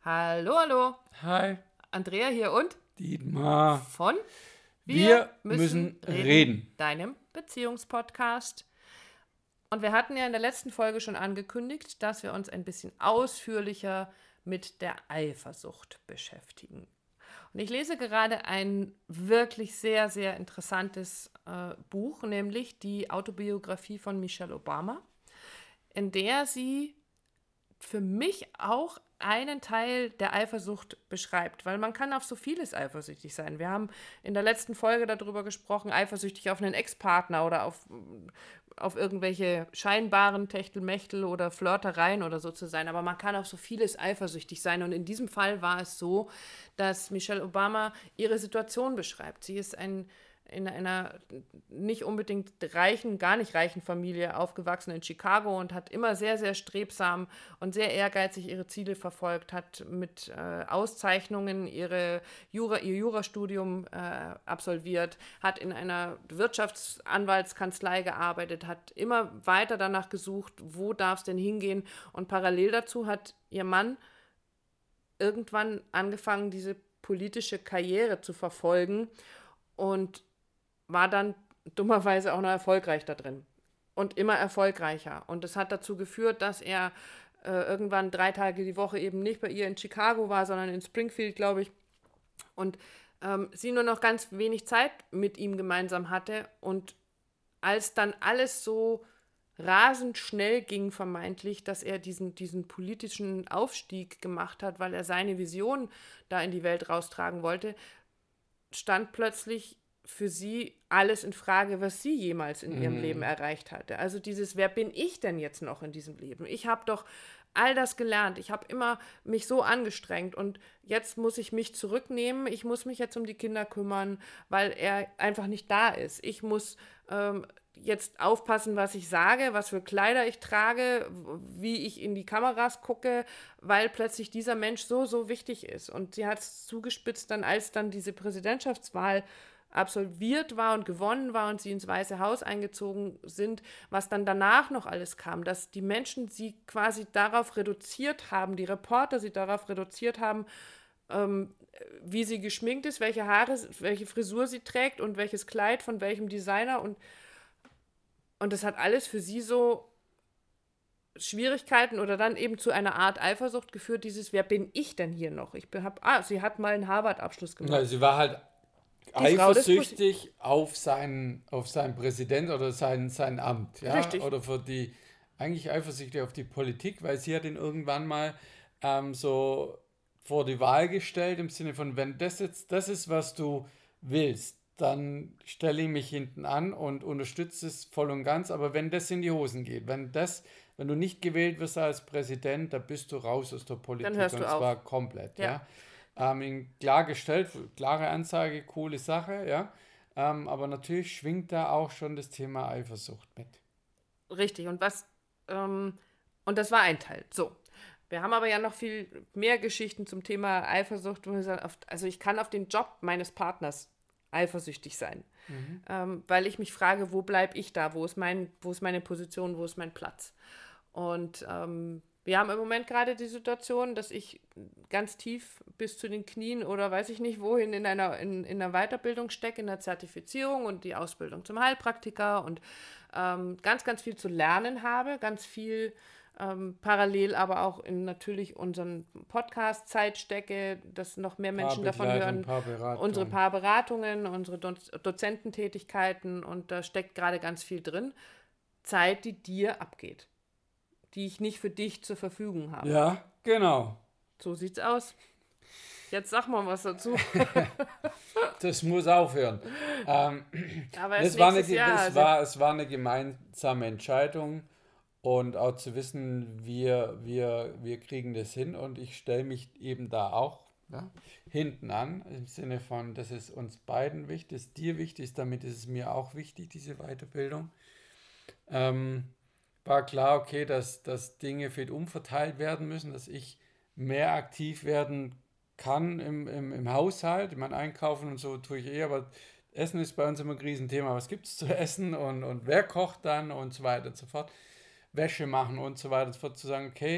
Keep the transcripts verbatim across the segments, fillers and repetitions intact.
Hallo, hallo. Hi. Andrea hier und Dietmar. von Wir, Wir müssen, müssen reden, reden, deinem Beziehungspodcast. Und wir hatten ja in der letzten Folge schon angekündigt, dass wir uns ein bisschen ausführlicher mit der Eifersucht beschäftigen. Und ich lese gerade ein wirklich sehr, sehr interessantes äh, Buch, nämlich die Autobiografie von Michelle Obama, in der sie für mich auch einen Teil der Eifersucht beschreibt, weil man kann auf so vieles eifersüchtig sein. Wir haben in der letzten Folge darüber gesprochen, eifersüchtig auf einen Ex-Partner oder auf, auf irgendwelche scheinbaren Techtelmechtel oder Flirtereien oder so zu sein, aber man kann auf so vieles eifersüchtig sein und in diesem Fall war es so, dass Michelle Obama ihre Situation beschreibt. Sie ist ein in einer nicht unbedingt reichen, gar nicht reichen Familie aufgewachsen in Chicago und hat immer sehr, sehr strebsam und sehr ehrgeizig ihre Ziele verfolgt, hat mit äh, Auszeichnungen ihre Jura, ihr Jurastudium äh, absolviert, hat in einer Wirtschaftsanwaltskanzlei gearbeitet, hat immer weiter danach gesucht, wo darf es denn hingehen, und parallel dazu hat ihr Mann irgendwann angefangen, diese politische Karriere zu verfolgen und war dann dummerweise auch noch erfolgreich da drin und immer erfolgreicher. Und das hat dazu geführt, dass er äh, irgendwann drei Tage die Woche eben nicht bei ihr in Chicago war, sondern in Springfield, glaube ich. Und ähm, sie nur noch ganz wenig Zeit mit ihm gemeinsam hatte. Und als dann alles so rasend schnell ging vermeintlich, dass er diesen, diesen politischen Aufstieg gemacht hat, weil er seine Vision da in die Welt raustragen wollte, stand plötzlich für sie alles in Frage, was sie jemals in ihrem mm. Leben erreicht hatte. Also dieses, wer bin ich denn jetzt noch in diesem Leben? Ich habe doch all das gelernt. Ich habe immer mich so angestrengt und jetzt muss ich mich zurücknehmen. Ich muss mich jetzt um die Kinder kümmern, weil er einfach nicht da ist. Ich muss ähm, jetzt aufpassen, was ich sage, was für Kleider ich trage, wie ich in die Kameras gucke, weil plötzlich dieser Mensch so, so wichtig ist. Und sie hat es zugespitzt dann, als dann diese Präsidentschaftswahl absolviert war und gewonnen war und sie ins Weiße Haus eingezogen sind, was dann danach noch alles kam, dass die Menschen sie quasi darauf reduziert haben, die Reporter sie darauf reduziert haben, ähm, wie sie geschminkt ist, welche Haare, welche Frisur sie trägt und welches Kleid von welchem Designer, und und das hat alles für sie so Schwierigkeiten oder dann eben zu einer Art Eifersucht geführt, dieses, wer bin ich denn hier noch? Ich hab, ah, sie hat mal einen Harvard-Abschluss gemacht. Ja, sie war halt eifersüchtig auf seinen, auf seinen Präsident oder sein, sein Amt. Ja? Richtig. Oder für die, eigentlich eifersüchtig auf die Politik, weil sie hat ihn irgendwann mal ähm, so vor die Wahl gestellt, im Sinne von, wenn das jetzt das ist, was du willst, dann stelle ich mich hinten an und unterstütze es voll und ganz, aber wenn das in die Hosen geht, wenn das, wenn du nicht gewählt wirst als Präsident, da bist du raus aus der Politik, dann hörst und du zwar auf. komplett, ja. ja. Ähm, klargestellt, klare Ansage, coole Sache, ja. Ähm, aber natürlich schwingt da auch schon das Thema Eifersucht mit. Richtig, und was, ähm, und das war ein Teil. So. Wir haben aber ja noch viel mehr Geschichten zum Thema Eifersucht. Also ich kann auf den Job meines Partners eifersüchtig sein, mhm. ähm, weil ich mich frage, wo bleibe ich da? Wo ist, mein, wo ist meine Position? Wo ist mein Platz? Und ähm, wir haben im Moment gerade die Situation, dass ich ganz tief bis zu den Knien oder weiß ich nicht wohin in einer, in, in einer Weiterbildung stecke, in der Zertifizierung und die Ausbildung zum Heilpraktiker und ähm, ganz, ganz viel zu lernen habe, ganz viel ähm, parallel aber auch in natürlich unseren Podcast-Zeit stecke, dass noch mehr Menschen davon hören, Paar unsere Paarberatungen, unsere Do- Dozententätigkeiten, und da steckt gerade ganz viel drin. Zeit, die dir abgeht, die ich nicht für dich zur Verfügung habe. Ja, genau. So sieht's aus. Jetzt sag mal was dazu. Das muss aufhören. Ähm, Aber es, war eine, Jahr, es, also war, es war eine gemeinsame Entscheidung, und auch zu wissen, wir, wir, wir kriegen das hin, und ich stelle mich eben da auch ja, hinten an, im Sinne von, das ist uns beiden wichtig, das ist dir wichtig, damit ist es mir auch wichtig, diese Weiterbildung. Ähm, war klar, okay, dass, dass Dinge viel umverteilt werden müssen, dass ich mehr aktiv werden kann im, im, im Haushalt. Ich meine, einkaufen und so tue ich eh, aber Essen ist bei uns immer ein Riesenthema. Was gibt es zu essen und, und wer kocht dann und so weiter und so fort. Wäsche machen und so weiter und so fort. Zu sagen, okay,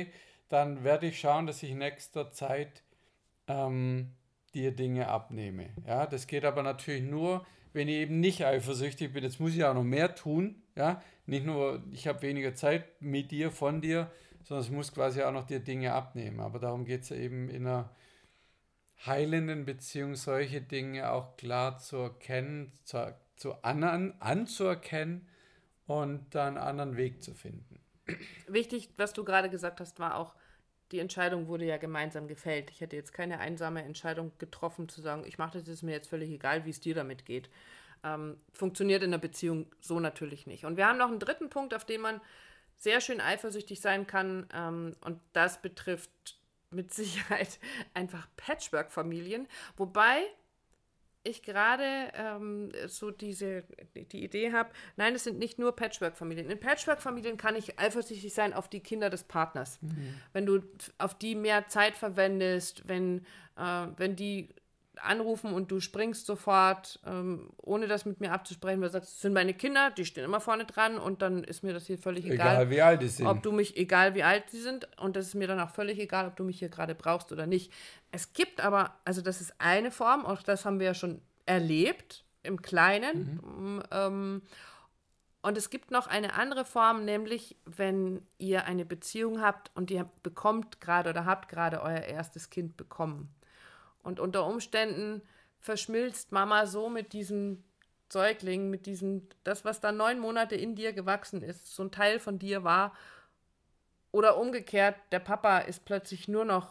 dann werde ich schauen, dass ich in nächster Zeit ähm, dir Dinge abnehme. Ja, das geht aber natürlich nur, wenn ich eben nicht eifersüchtig bin. Jetzt muss ich auch noch mehr tun. Ja, nicht nur, ich habe weniger Zeit mit dir, von dir, sondern es muss quasi auch noch dir Dinge abnehmen. Aber darum geht es ja eben in einer heilenden Beziehung, solche Dinge auch klar zu erkennen, zu, zu anderen anzuerkennen und dann einen anderen Weg zu finden. Wichtig, was du gerade gesagt hast, war auch, die Entscheidung wurde ja gemeinsam gefällt. Ich hätte jetzt keine einsame Entscheidung getroffen, zu sagen, ich mache das, ist mir jetzt völlig egal, wie es dir damit geht. Ähm, funktioniert in einer Beziehung so natürlich nicht. Und wir haben noch einen dritten Punkt, auf den man sehr schön eifersüchtig sein kann. Ähm, und das betrifft mit Sicherheit einfach Patchwork-Familien. Wobei ich gerade ähm, so diese die Idee habe, nein, es sind nicht nur Patchwork-Familien. In Patchwork-Familien kann ich eifersüchtig sein auf die Kinder des Partners. Mhm. Wenn du auf die mehr Zeit verwendest, wenn, äh, wenn die anrufen und du springst sofort, ähm, ohne das mit mir abzusprechen, weil du sagst, das sind meine Kinder, die stehen immer vorne dran und dann ist mir das hier völlig egal. Egal wie alt die sind. Ob du mich, egal wie alt sie sind, und das ist mir dann auch völlig egal, ob du mich hier gerade brauchst oder nicht. Es gibt aber, also das ist eine Form, auch das haben wir ja schon erlebt, im Kleinen. Mhm. Ähm, und es gibt noch eine andere Form, nämlich wenn ihr eine Beziehung habt und ihr bekommt gerade oder habt gerade euer erstes Kind bekommen. Und unter Umständen verschmilzt Mama so mit diesem Säugling, mit diesem, das, was da neun Monate in dir gewachsen ist, so ein Teil von dir war. Oder umgekehrt, der Papa ist plötzlich nur noch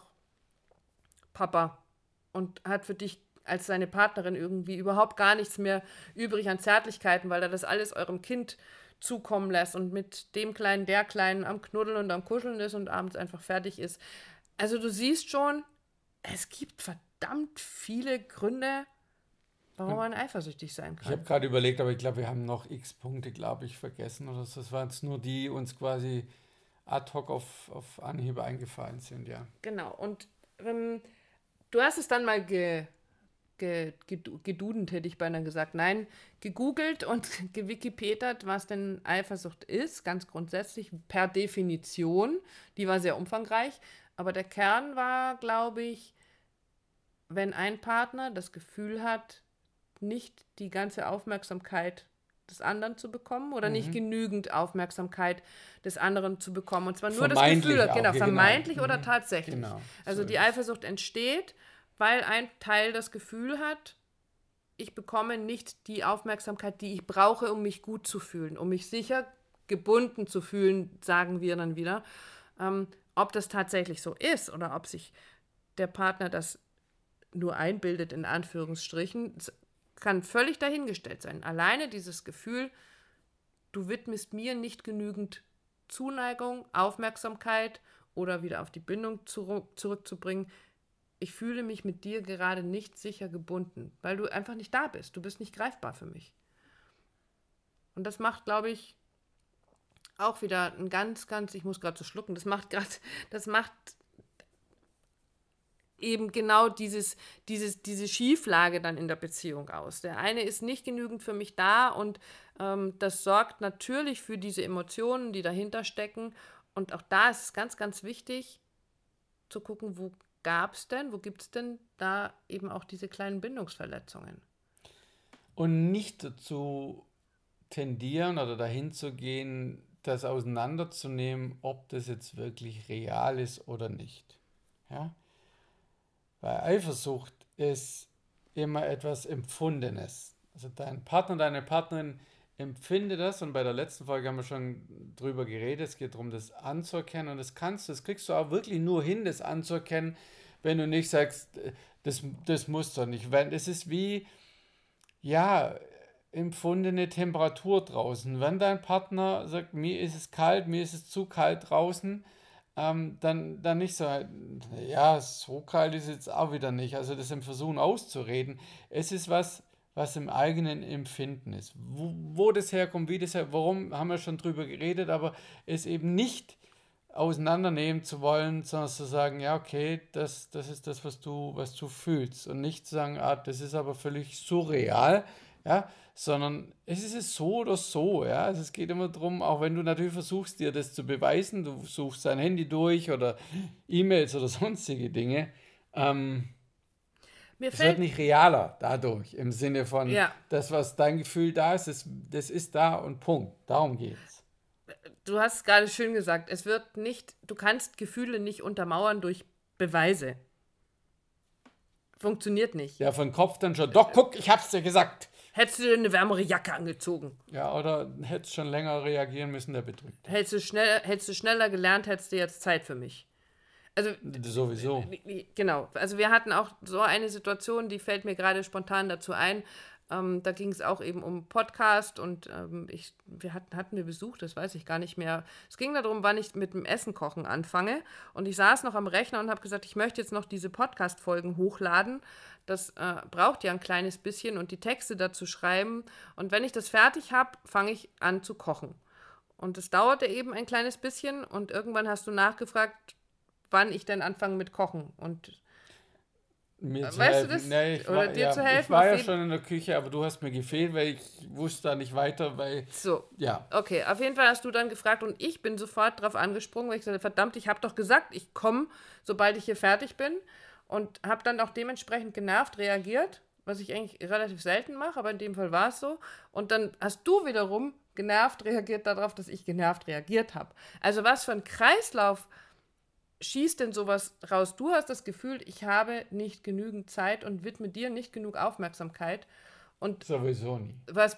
Papa und hat für dich als seine Partnerin irgendwie überhaupt gar nichts mehr übrig an Zärtlichkeiten, weil er das alles eurem Kind zukommen lässt und mit dem Kleinen, der Kleinen am Knuddeln und am Kuscheln ist und abends einfach fertig ist. Also du siehst schon, es gibt verdammt viele Gründe, warum man eifersüchtig sein kann. Ich habe gerade überlegt, aber ich glaube, wir haben noch x Punkte, glaube ich, vergessen. Oder so. Das waren jetzt nur die, die uns quasi ad hoc auf, auf Anhieb eingefallen sind, ja. Genau, und ähm, du hast es dann mal ge, ge, gedudent, hätte ich beinahe gesagt. Nein, gegoogelt und gewikipedert, was denn Eifersucht ist, ganz grundsätzlich, per Definition. Die war sehr umfangreich, aber der Kern war, glaube ich, wenn ein Partner das Gefühl hat, nicht die ganze Aufmerksamkeit des anderen zu bekommen oder mhm. nicht genügend Aufmerksamkeit des anderen zu bekommen. Und zwar nur das Gefühl, auch, genau, vermeintlich genau. oder tatsächlich. Genau, also so die Eifersucht entsteht, weil ein Teil das Gefühl hat, ich bekomme nicht die Aufmerksamkeit, die ich brauche, um mich gut zu fühlen, um mich sicher gebunden zu fühlen, sagen wir dann wieder. Ähm, ob das tatsächlich so ist oder ob sich der Partner das nur einbildet, in Anführungsstrichen, kann völlig dahingestellt sein. Alleine dieses Gefühl, du widmest mir nicht genügend Zuneigung, Aufmerksamkeit oder wieder auf die Bindung zu, zurückzubringen. Ich fühle mich mit dir gerade nicht sicher gebunden, weil du einfach nicht da bist. Du bist nicht greifbar für mich. Und das macht, glaube ich, auch wieder ein ganz, ganz, ich muss gerade so schlucken, das macht gerade, das macht eben genau dieses, dieses, diese Schieflage dann in der Beziehung aus. Der eine ist nicht genügend für mich da und ähm, das sorgt natürlich für diese Emotionen, die dahinter stecken. Und auch da ist es ganz, ganz wichtig zu gucken, wo gab es denn, wo gibt es denn da eben auch diese kleinen Bindungsverletzungen. Und nicht dazu tendieren oder dahin zu gehen, das auseinanderzunehmen, ob das jetzt wirklich real ist oder nicht. Ja? Weil Eifersucht ist immer etwas Empfundenes. Also dein Partner, deine Partnerin empfindet das, und bei der letzten Folge haben wir schon drüber geredet, es geht darum, das anzuerkennen, und das kannst du, das kriegst du auch wirklich nur hin, das anzuerkennen, wenn du nicht sagst, das, das muss doch nicht. Weil es ist wie, ja, empfundene Temperatur draußen. Wenn dein Partner sagt, mir ist es kalt, mir ist es zu kalt draußen, Ähm, dann, dann nicht so, ja, so kalt ist es jetzt auch wieder nicht. Also das im Versuchen auszureden. Es ist was, was im eigenen Empfinden ist. Wo, wo das herkommt, wie das herkommt, warum, haben wir schon drüber geredet, aber es eben nicht auseinandernehmen zu wollen, sondern zu sagen, ja, okay, das, das ist das, was du, was du fühlst. Und nicht zu sagen, ah, das ist aber völlig surreal. ja, sondern es ist es so oder so, ja, also es geht immer darum, auch wenn du natürlich versuchst, dir das zu beweisen, du suchst dein Handy durch oder E-Mails oder sonstige Dinge, ähm, Mir es wird fällt, nicht realer dadurch, im Sinne von, ja, das, was dein Gefühl da ist, das, das ist da und Punkt, darum geht's. du hast es gerade schön gesagt, es wird nicht, du kannst Gefühle nicht untermauern durch Beweise. Funktioniert nicht. Ja, von Kopf dann schon, doch, guck, ich hab's dir gesagt. Hättest du dir eine wärmere Jacke angezogen? Ja, oder hättest schon länger reagieren müssen, der Betrügte. Hättest du, schnell, hättest du schneller gelernt, hättest du jetzt Zeit für mich. Also, Sowieso. genau. Also wir hatten auch so eine Situation, die fällt mir gerade spontan dazu ein. Ähm, da ging es auch eben um Podcast und ähm, ich, wir hatten, hatten wir Besuch, das weiß ich gar nicht mehr. Es ging darum, wann ich mit dem Essen kochen anfange. Und ich saß noch am Rechner und habe gesagt, ich möchte jetzt noch diese Podcast-Folgen hochladen. Das äh, braucht ja ein kleines bisschen und die Texte dazu schreiben. Und wenn ich das fertig habe, fange ich an zu kochen. Und es dauerte eben ein kleines bisschen und irgendwann hast du nachgefragt, wann ich denn anfange mit Kochen. Und Mir zu weißt du helfen. das? Nee, ich Oder war, dir ja, zu helfen? ich war auf ja jeden- schon in der Küche, aber du hast mir gefehlt, weil ich wusste da nicht weiter, weil, So, ja, okay. Auf jeden Fall hast du dann gefragt und ich bin sofort drauf angesprungen, weil ich gesagt habe, verdammt, ich habe doch gesagt, ich komme, sobald ich hier fertig bin. Und habe dann auch dementsprechend genervt reagiert, was ich eigentlich relativ selten mache, aber in dem Fall war es so. Und dann hast du wiederum genervt reagiert darauf, dass ich genervt reagiert habe. Also was für ein Kreislauf schießt denn sowas raus? Du hast das Gefühl, ich habe nicht genügend Zeit und widme dir nicht genug Aufmerksamkeit. Und sowieso nie. was,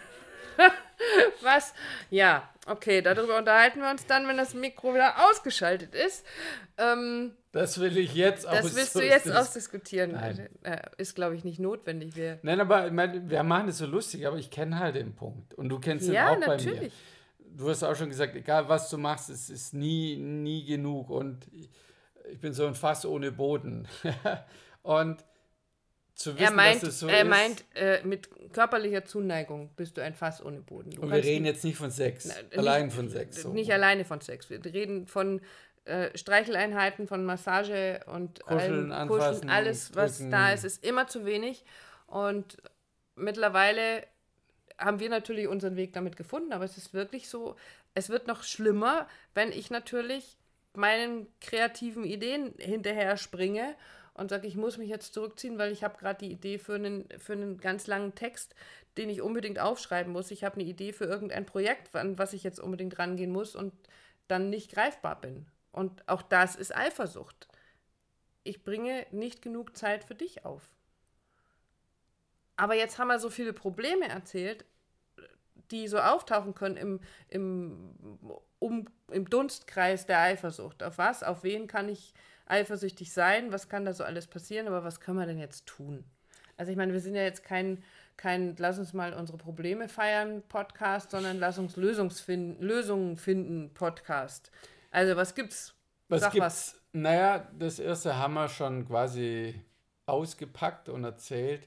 was, ja, okay, darüber unterhalten wir uns dann, wenn das Mikro wieder ausgeschaltet ist. Ähm, Das will ich jetzt auch. das willst so du ist jetzt das- ausdiskutieren. Nein. Äh, ist, glaube ich, nicht notwendig. Wir, Nein, aber ich meine, wir machen das so lustig, aber ich kenne halt den Punkt. Und du kennst den ja, auch bei mir. natürlich. Du hast auch schon gesagt, egal was du machst, es ist nie, nie genug. Und ich, ich bin so ein Fass ohne Boden. Und zu wissen, Er meint, dass es so er ist. meint äh, mit körperlicher Zuneigung bist du ein Fass ohne Boden. Du Und wir kannst reden nicht- jetzt nicht von Sex. nicht- allein von Sex. So. Nicht alleine von Sex. Wir reden von äh, Streicheleinheiten, von Massage und Kuscheln, allem, anfassen, alles, was drücken. da ist, ist immer zu wenig. Und mittlerweile haben wir natürlich unseren Weg damit gefunden, aber es ist wirklich so, es wird noch schlimmer, wenn ich natürlich meinen kreativen Ideen hinterher springe und sage, ich muss mich jetzt zurückziehen, weil ich habe gerade die Idee für einen, für einen ganz langen Text, den ich unbedingt aufschreiben muss. Ich habe eine Idee für irgendein Projekt, an was ich jetzt unbedingt rangehen muss und dann nicht greifbar bin. Und auch das ist Eifersucht. Ich bringe nicht genug Zeit für dich auf. Aber jetzt haben wir so viele Probleme erzählt, die so auftauchen können im, im, um, im Dunstkreis der Eifersucht. Auf was, auf wen kann ich eifersüchtig sein? Was kann da so alles passieren? Aber was können wir denn jetzt tun? Also ich meine, wir sind ja jetzt kein, kein Lass uns mal unsere Probleme feiern Podcast, sondern Lass uns Lösungs finden, Lösungen finden Podcast. Also was gibt's? Was Sag gibt's? was. Naja, das erste haben wir schon quasi ausgepackt und erzählt,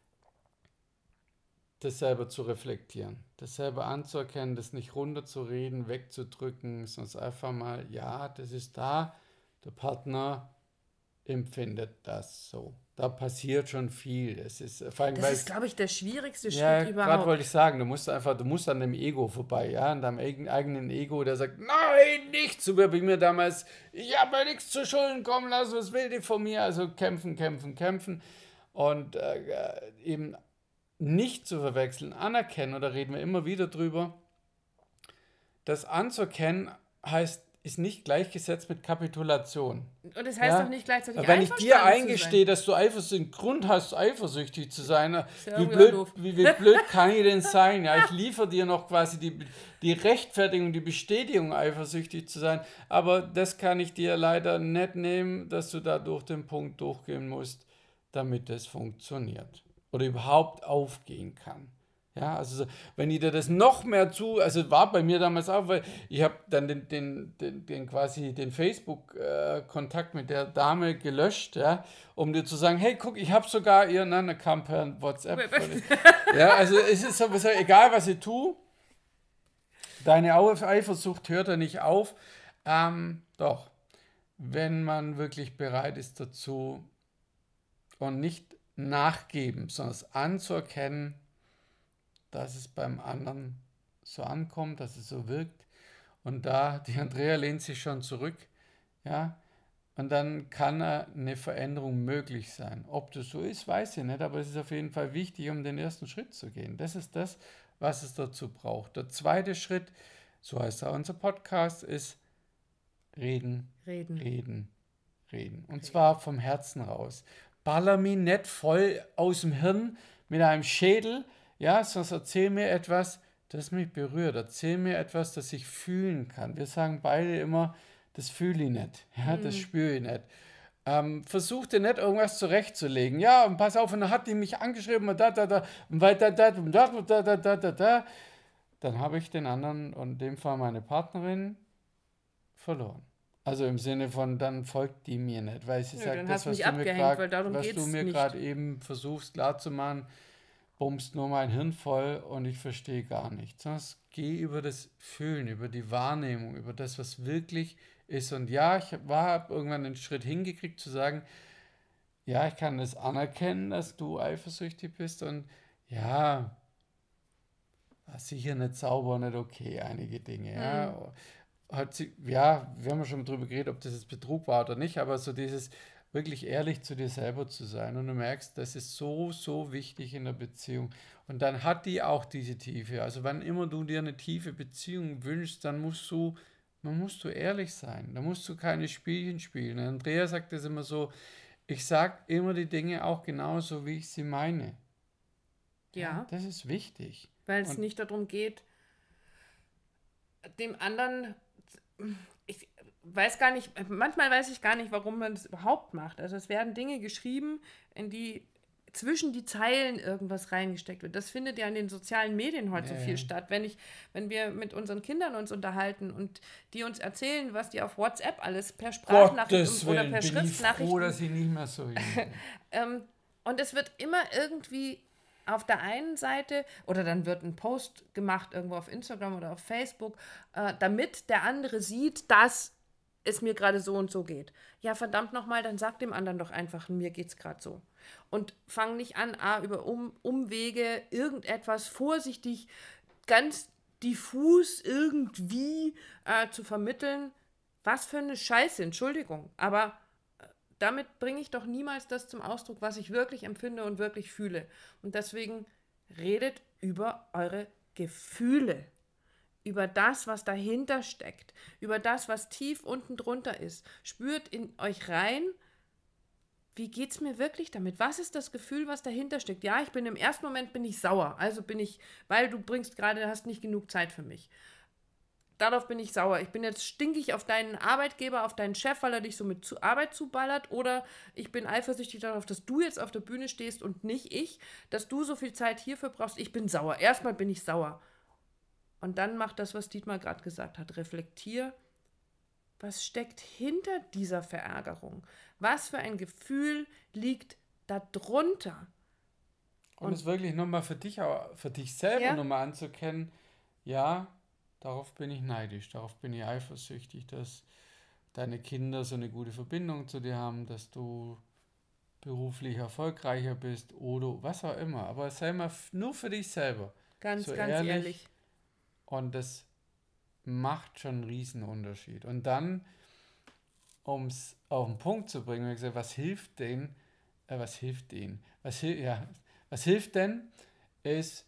das selber zu reflektieren, das selber anzuerkennen, das nicht runterzureden, wegzudrücken, sondern einfach mal, ja, das ist da, der Partner empfindet das so. Da passiert schon viel. Es ist, vor allem, Das weil ist, glaube ich, der schwierigste Schritt ja, gerade überhaupt. wollte ich sagen, du musst einfach, du musst an dem Ego vorbei, ja, an deinem eigen- eigenen Ego, der sagt, nein, nichts, so wie bei mir damals, ich habe mir nichts zu Schulden kommen lassen, was will die von mir? Also kämpfen, kämpfen, kämpfen und äh, eben nicht zu verwechseln, anerkennen, oder reden wir immer wieder drüber, das anzuerkennen heißt, ist nicht gleichgesetzt mit Kapitulation. Und das heißt Ja, doch nicht gleichzeitig wenn ich dir einverstanden zu eingestehe, sein. dass du eifersüchtig Grund hast, eifersüchtig zu sein, ja wie, irgendwie blöd, doof. wie, wie blöd kann ich denn sein? Ja, ich liefere dir noch quasi die, die Rechtfertigung, die Bestätigung, eifersüchtig zu sein, aber das kann ich dir leider nicht nehmen, dass du da durch den Punkt durchgehen musst, damit das funktioniert oder überhaupt aufgehen kann. Ja, also so, wenn ich dir das noch mehr zu, also war bei mir damals auch, weil ich habe dann den, den, den, den quasi den Facebook-Kontakt mit der Dame gelöscht, ja, um dir zu sagen, hey, guck, ich habe sogar ihr, nein, da kam per WhatsApp. Ja, also es ist sowieso egal, was ich tue, deine Au- Eifersucht hört ja nicht auf. Ähm, doch, wenn man wirklich bereit ist dazu und nicht nachgeben, sondern es anzuerkennen, dass es beim anderen so ankommt, dass es so wirkt. Und da, die Andrea lehnt sich schon zurück, ja, und dann kann eine Veränderung möglich sein. Ob das so ist, weiß ich nicht, aber es ist auf jeden Fall wichtig, um den ersten Schritt zu gehen. Das ist das, was es dazu braucht. Der zweite Schritt, so heißt auch unser Podcast, ist reden, Reden. reden, reden. Und Reden. zwar vom Herzen raus. Baller mich nicht voll aus dem Hirn mit einem Schädel, ja, sonst erzähl mir etwas, das mich berührt. Erzähl mir etwas, das ich fühlen kann. Wir sagen beide immer, das fühle ich nicht, ja, das spüre ich nicht. Ähm, versuch dir nicht irgendwas zurechtzulegen. Ja, und pass auf, und dann hat die mich angeschrieben und da, da, da, und weiter, da, da, da, da, da, da, da, da. Dann habe ich den anderen, und in dem Fall meine Partnerin, verloren. Also im Sinne von, dann folgt die mir nicht, weil sie Ja, sagt, dann das, hast du was mich du mir abgehängt, grad, weil darum was geht's du mir nicht. gerade eben versuchst klarzumachen, bummst nur mein Hirn voll und ich verstehe gar nichts. Sonst geh über das Fühlen, über die Wahrnehmung, über das, was wirklich ist. Und ja, ich war hab irgendwann den Schritt hingekriegt zu sagen, ja, ich kann das anerkennen, dass du eifersüchtig bist und ja, war sicher nicht sauber, nicht okay, einige Dinge, ja. Hm. Hat sie, ja, wir haben ja schon drüber geredet, ob das jetzt Betrug war oder nicht, aber so dieses wirklich ehrlich zu dir selber zu sein und du merkst, das ist so, so wichtig in der Beziehung und dann hat die auch diese Tiefe, also wann immer du dir eine tiefe Beziehung wünschst, dann musst du, man musst du ehrlich sein, da musst du keine Spielchen spielen. Andrea sagt das immer so, ich sag immer die Dinge auch genauso, wie ich sie meine. Ja, Ja, das ist wichtig. weil es Und nicht darum geht, dem anderen, ich weiß gar nicht, manchmal weiß ich gar nicht, warum man das überhaupt macht. Also es werden Dinge geschrieben, in die zwischen die Zeilen irgendwas reingesteckt wird. Das findet ja in den sozialen Medien heute so Ja, viel ja. statt. Wenn ich, wenn wir mit unseren Kindern uns unterhalten und die uns erzählen, was die auf WhatsApp alles per Sprachnachricht Gottes oder Willen, per bin ich Schriftnachricht froh, dass ich nicht mehr so jung bin. ähm, und es wird immer irgendwie auf der einen Seite, oder dann wird ein Post gemacht irgendwo auf Instagram oder auf Facebook, äh, damit der andere sieht, dass es mir gerade so und so geht. Ja, verdammt nochmal, dann sag dem anderen doch einfach, mir geht's gerade so. Und fang nicht an, ah, über um, Umwege irgendetwas vorsichtig, ganz diffus irgendwie äh, zu vermitteln. Was für eine Scheiße, Entschuldigung. Aber damit bringe ich doch niemals das zum Ausdruck, was ich wirklich empfinde und wirklich fühle. Und deswegen redet über eure Gefühle, über das, was dahinter steckt, über das, was tief unten drunter ist. Spürt in euch rein, wie geht es mir wirklich damit? Was ist das Gefühl, was dahinter steckt? Ja, ich bin im ersten Moment bin ich sauer, also bin ich, weil du bringst gerade, hast nicht genug Zeit für mich. Darauf bin ich sauer. Ich bin jetzt stinkig auf deinen Arbeitgeber, auf deinen Chef, weil er dich so mit zu Arbeit zuballert. Oder ich bin eifersüchtig darauf, dass du jetzt auf der Bühne stehst und nicht ich, dass du so viel Zeit hierfür brauchst. Ich bin sauer. Erstmal bin ich sauer. Und dann mach das, was Dietmar gerade gesagt hat. Reflektier, was steckt hinter dieser Verärgerung? Was für ein Gefühl liegt da drunter? Und es wirklich nochmal für dich, auch für dich selber Ja. nochmal anzukennen, ja, darauf bin ich neidisch, darauf bin ich eifersüchtig, dass deine Kinder so eine gute Verbindung zu dir haben, dass du beruflich erfolgreicher bist oder was auch immer. Aber sei mal f- nur für dich selber. Ganz, so ganz ehrlich, ehrlich. Und das macht schon einen riesen Unterschied. Und dann, um es auf den Punkt zu bringen, habe ich gesagt, was hilft denn, äh, was hilft denen? Was, hil ja, was hilft denn, ist,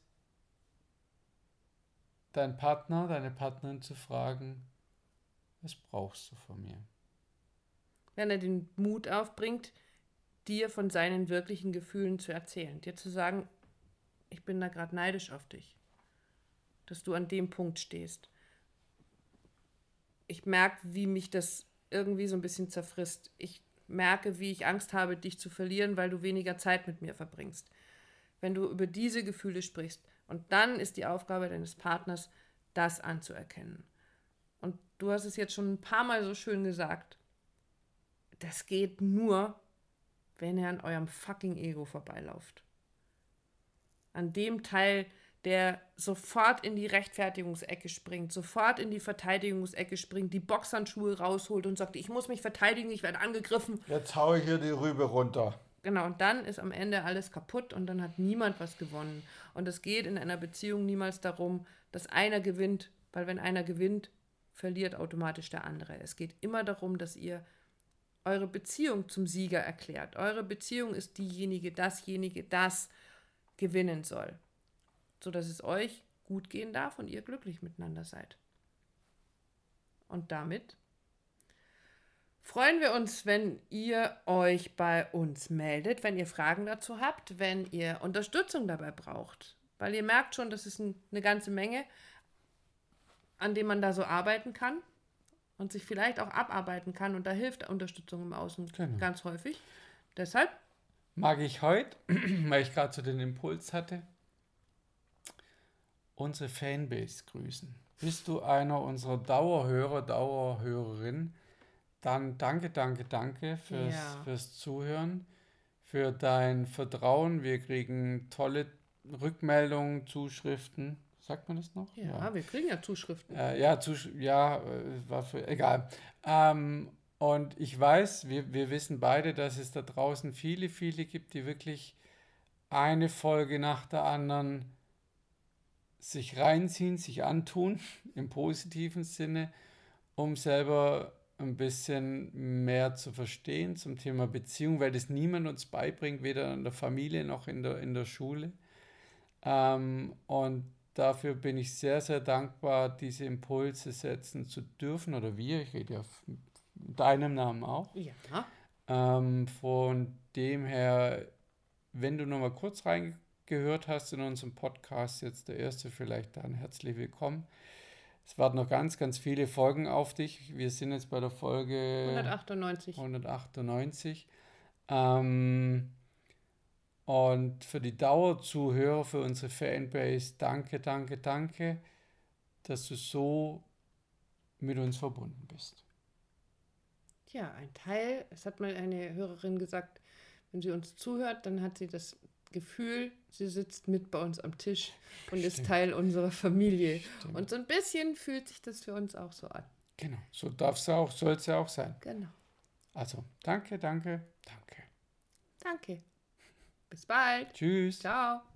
deinen Partner, deine Partnerin zu fragen, was brauchst du von mir? Wenn er den Mut aufbringt, dir von seinen wirklichen Gefühlen zu erzählen. Dir zu sagen, ich bin da gerade neidisch auf dich. Dass du an dem Punkt stehst. Ich merke, wie mich das irgendwie so ein bisschen zerfrisst. Ich merke, wie ich Angst habe, dich zu verlieren, weil du weniger Zeit mit mir verbringst. Wenn du über diese Gefühle sprichst. Und dann ist die Aufgabe deines Partners, das anzuerkennen. Und du hast es jetzt schon ein paar Mal so schön gesagt. Das geht nur, wenn ihr an eurem fucking Ego vorbeilauft. An dem Teil, der sofort in die Rechtfertigungsecke springt, sofort in die Verteidigungsecke springt, die Boxhandschuhe rausholt und sagt, ich muss mich verteidigen, ich werde angegriffen. Jetzt hau ich hier die Rübe runter. Genau, und dann ist am Ende alles kaputt und dann hat niemand was gewonnen. Und es geht in einer Beziehung niemals darum, dass einer gewinnt, weil wenn einer gewinnt, verliert automatisch der andere. Es geht immer darum, dass ihr eure Beziehung zum Sieger erklärt. Eure Beziehung ist diejenige, dasjenige, das gewinnen soll, sodass es euch gut gehen darf und ihr glücklich miteinander seid. Und damit freuen wir uns, wenn ihr euch bei uns meldet, wenn ihr Fragen dazu habt, wenn ihr Unterstützung dabei braucht. Weil ihr merkt schon, das ist ein, eine ganze Menge, an dem man da so arbeiten kann und sich vielleicht auch abarbeiten kann. Und da hilft Unterstützung im Außen Genau. ganz häufig. Deshalb mag ich heute, weil ich gerade so den Impuls hatte, unsere Fanbase grüßen. Bist du einer unserer Dauerhörer, Dauerhörerin? Dann danke, danke, danke fürs, Ja. fürs Zuhören, für dein Vertrauen. Wir kriegen tolle Rückmeldungen, Zuschriften. Sagt man das noch? Ja, wir kriegen ja Zuschriften. Äh, ja, Zusch ja, äh, war für, egal. Ähm, und ich weiß, wir, wir wissen beide, dass es da draußen viele, viele gibt, die wirklich eine Folge nach der anderen sich reinziehen, sich antun, im positiven Sinne, um selber ein bisschen mehr zu verstehen zum Thema Beziehung, weil das niemand uns beibringt, weder in der Familie noch in der, in der Schule. Ähm, und dafür bin ich sehr, sehr dankbar, diese Impulse setzen zu dürfen, oder wir, ich rede ja in deinem Namen auch. Ja. Ähm, von dem her, wenn du noch mal kurz reingehört hast in unserem Podcast, jetzt der erste vielleicht, dann herzlich willkommen. Es warten noch ganz, ganz viele Folgen auf dich. Wir sind jetzt bei der Folge hundertachtundneunzig. hundertachtundneunzig. Ähm, und für die Dauerzuhörer, für unsere Fanbase, danke, danke, danke, dass du so mit uns verbunden bist. Ja, ein Teil, es hat mal eine Hörerin gesagt, wenn sie uns zuhört, dann hat sie das Gefühl, sie sitzt mit bei uns am Tisch und ist Stimmt. Teil unserer Familie. Stimmt. Und so ein bisschen fühlt sich das für uns auch so an. Genau, so darf es auch, soll es ja auch sein. Genau. Also, danke, danke, danke. Danke. Bis bald. Tschüss. Ciao.